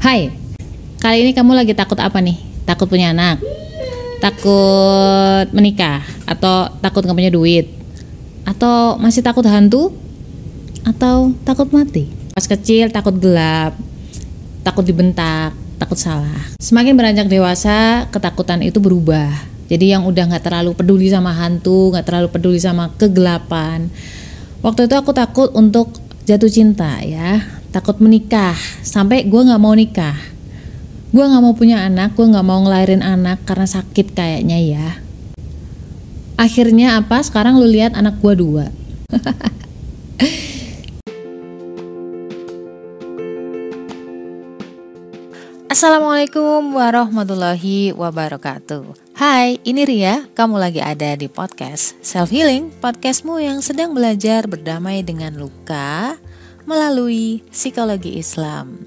Hai, kali ini kamu lagi takut apa nih? Takut punya anak? Takut menikah? Atau takut gak punya duit? Atau masih takut hantu? Atau takut mati? Pas kecil takut gelap, takut dibentak, takut salah. Semakin beranjak dewasa, ketakutan itu berubah. Jadi yang udah gak terlalu peduli sama hantu, gak terlalu peduli sama kegelapan. Waktu itu aku takut untuk jatuh cinta ya, takut menikah, sampai gue gak mau nikah. Gue gak mau punya anak, gue gak mau ngelahirin anak karena sakit kayaknya ya. Akhirnya apa? Sekarang lu lihat anak gue 2. Assalamualaikum warahmatullahi wabarakatuh. Hai, ini Ria, kamu lagi ada di podcast Self Healing, podcastmu yang sedang belajar berdamai dengan luka melalui psikologi Islam.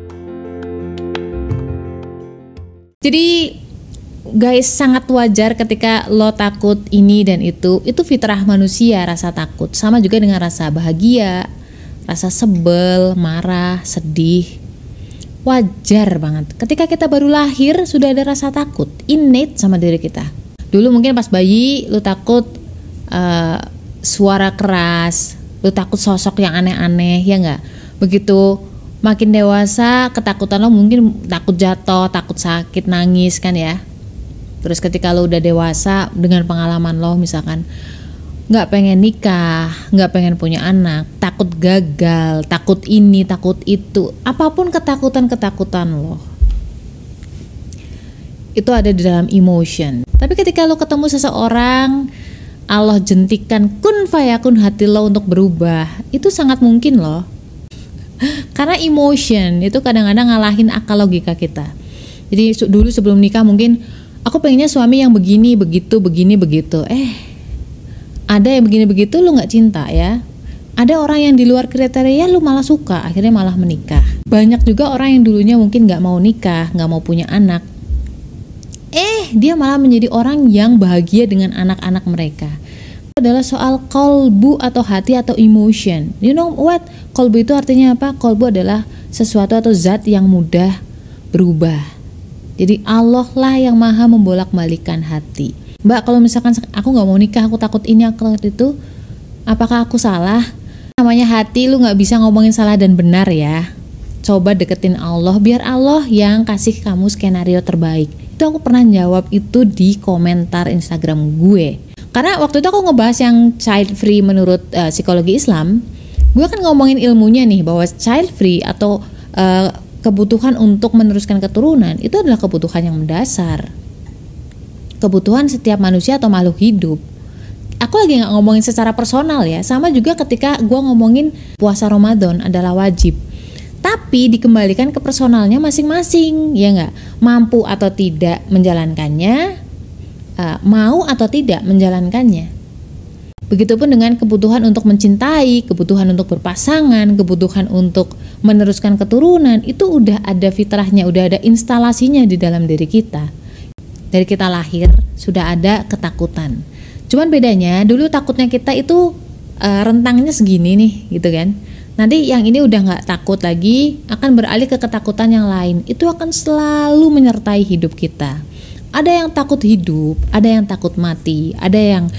Jadi guys, sangat wajar ketika lo takut ini dan itu fitrah manusia, rasa takut. Sama juga dengan rasa bahagia, rasa sebel, marah, sedih. Wajar banget. Ketika kita baru lahir sudah ada rasa takut, innate sama diri kita. Dulu mungkin pas bayi lu takut suara keras, lu takut sosok yang aneh-aneh, ya enggak? Begitu makin dewasa, ketakutan lo mungkin takut jatuh, takut sakit, nangis kan ya. Terus ketika lo udah dewasa, dengan pengalaman lo misalkan gak pengen nikah, gak pengen punya anak, takut gagal, takut ini, takut itu, apapun ketakutan-ketakutan lo, itu ada di dalam emotion. Tapi ketika lo ketemu seseorang, Allah jentikan kun fayakun hati lo untuk berubah, itu sangat mungkin loh. Karena emotion itu kadang-kadang ngalahin akal logika kita. Jadi dulu sebelum nikah mungkin aku pengennya suami yang begini, begitu, begini, begitu. Ada yang begini begitu lu gak cinta ya. Ada orang yang di luar kriteria lu malah suka, akhirnya malah menikah. Banyak juga orang yang dulunya mungkin gak mau nikah, gak mau punya anak, dia malah menjadi orang yang bahagia dengan anak-anak mereka. Itu adalah soal kolbu atau hati atau emotion. You know what? Kolbu itu artinya apa? Kolbu adalah sesuatu atau zat yang mudah berubah. Jadi Allah lah yang maha membolak-balikan hati. Mbak, kalau misalkan aku gak mau nikah, aku takut ini, aku takut itu, apakah aku salah? Namanya hati, lu gak bisa ngomongin salah dan benar ya. Coba deketin Allah, biar Allah yang kasih kamu skenario terbaik. Itu aku pernah jawab itu di komentar Instagram gue. Karena waktu itu aku ngebahas yang child free menurut psikologi Islam. Gue kan ngomongin ilmunya nih, bahwa child free atau kebutuhan untuk meneruskan keturunan itu adalah kebutuhan yang mendasar, kebutuhan setiap manusia atau makhluk hidup. Aku lagi gak ngomongin secara personal ya. Sama juga ketika gue ngomongin puasa Ramadan adalah wajib, tapi dikembalikan ke personalnya masing-masing, ya gak? Mampu atau tidak menjalankannya, mau atau tidak menjalankannya. Begitupun dengan kebutuhan untuk mencintai, kebutuhan untuk berpasangan, kebutuhan untuk meneruskan keturunan, itu udah ada fitrahnya, udah ada instalasinya di dalam diri kita. Dari kita lahir sudah ada ketakutan. Cuman bedanya dulu takutnya kita itu rentangnya segini nih gitu kan. Nanti yang ini udah gak takut lagi, akan beralih ke ketakutan yang lain. Itu akan selalu menyertai hidup kita. Ada yang takut hidup, ada yang takut mati, ada yang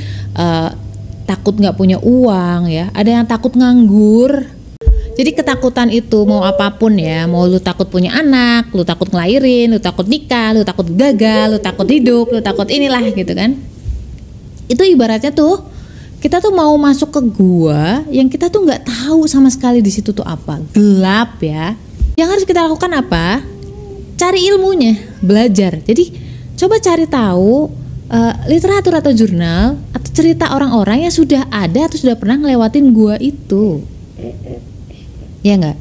takut gak punya uang ya, ada yang takut nganggur. Jadi ketakutan itu mau apapun ya, mau lu takut punya anak, lu takut ngelahirin, lu takut nikah, lu takut gagal, lu takut hidup, lu takut inilah gitu kan. Itu ibaratnya tuh kita tuh mau masuk ke gua yang kita tuh nggak tahu sama sekali di situ tuh apa, gelap ya. Yang harus kita lakukan apa? Cari ilmunya, belajar. Jadi coba cari tahu literatur atau jurnal atau cerita orang-orang yang sudah ada atau sudah pernah ngelewatin gua itu. Ya enggak?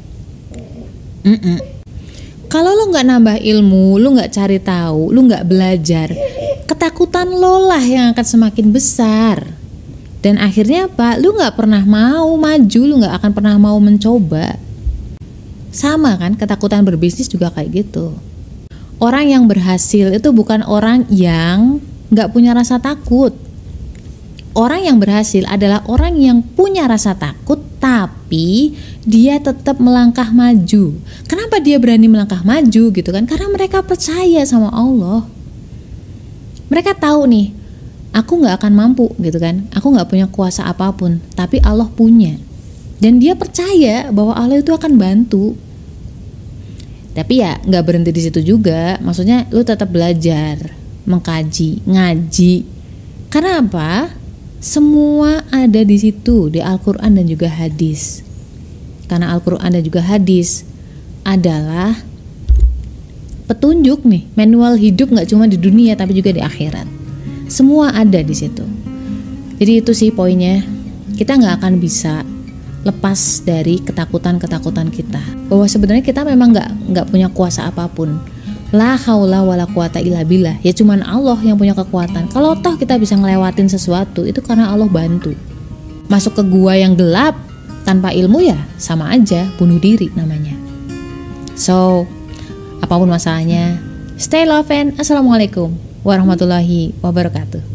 Kalau lo nggak nambah ilmu, lo nggak cari tahu, lo nggak belajar, ketakutan lo lah yang akan semakin besar. Dan akhirnya apa? Lo nggak pernah mau maju, lo nggak akan pernah mau mencoba. Sama kan? Ketakutan berbisnis juga kayak gitu. Orang yang berhasil itu bukan orang yang nggak punya rasa takut. Orang yang berhasil adalah orang yang punya rasa takut, tapi tapi dia tetap melangkah maju. Kenapa dia berani melangkah maju gitu kan? Karena mereka percaya sama Allah. Mereka tahu nih, aku gak akan mampu gitu kan, aku gak punya kuasa apapun, tapi Allah punya. Dan dia percaya bahwa Allah itu akan bantu. Tapi ya gak berhenti di situ juga, maksudnya lu tetap belajar, mengkaji, ngaji. Karena apa? Semua ada di situ, di Al-Quran dan juga hadis. Karena Al-Quran dan juga hadis adalah petunjuk nih, manual hidup gak cuma di dunia tapi juga di akhirat. Semua ada di situ. Jadi itu sih poinnya. Kita gak akan bisa lepas dari ketakutan-ketakutan kita. Bahwa sebenarnya kita memang gak punya kuasa apapun. La haula wala quwata illa billah. Ya cuman Allah yang punya kekuatan. Kalau toh kita bisa ngelewatin sesuatu, itu karena Allah bantu. Masuk ke gua yang gelap tanpa ilmu ya sama aja bunuh diri namanya. So, apapun masalahnya, stay love and assalamualaikum warahmatullahi wabarakatuh.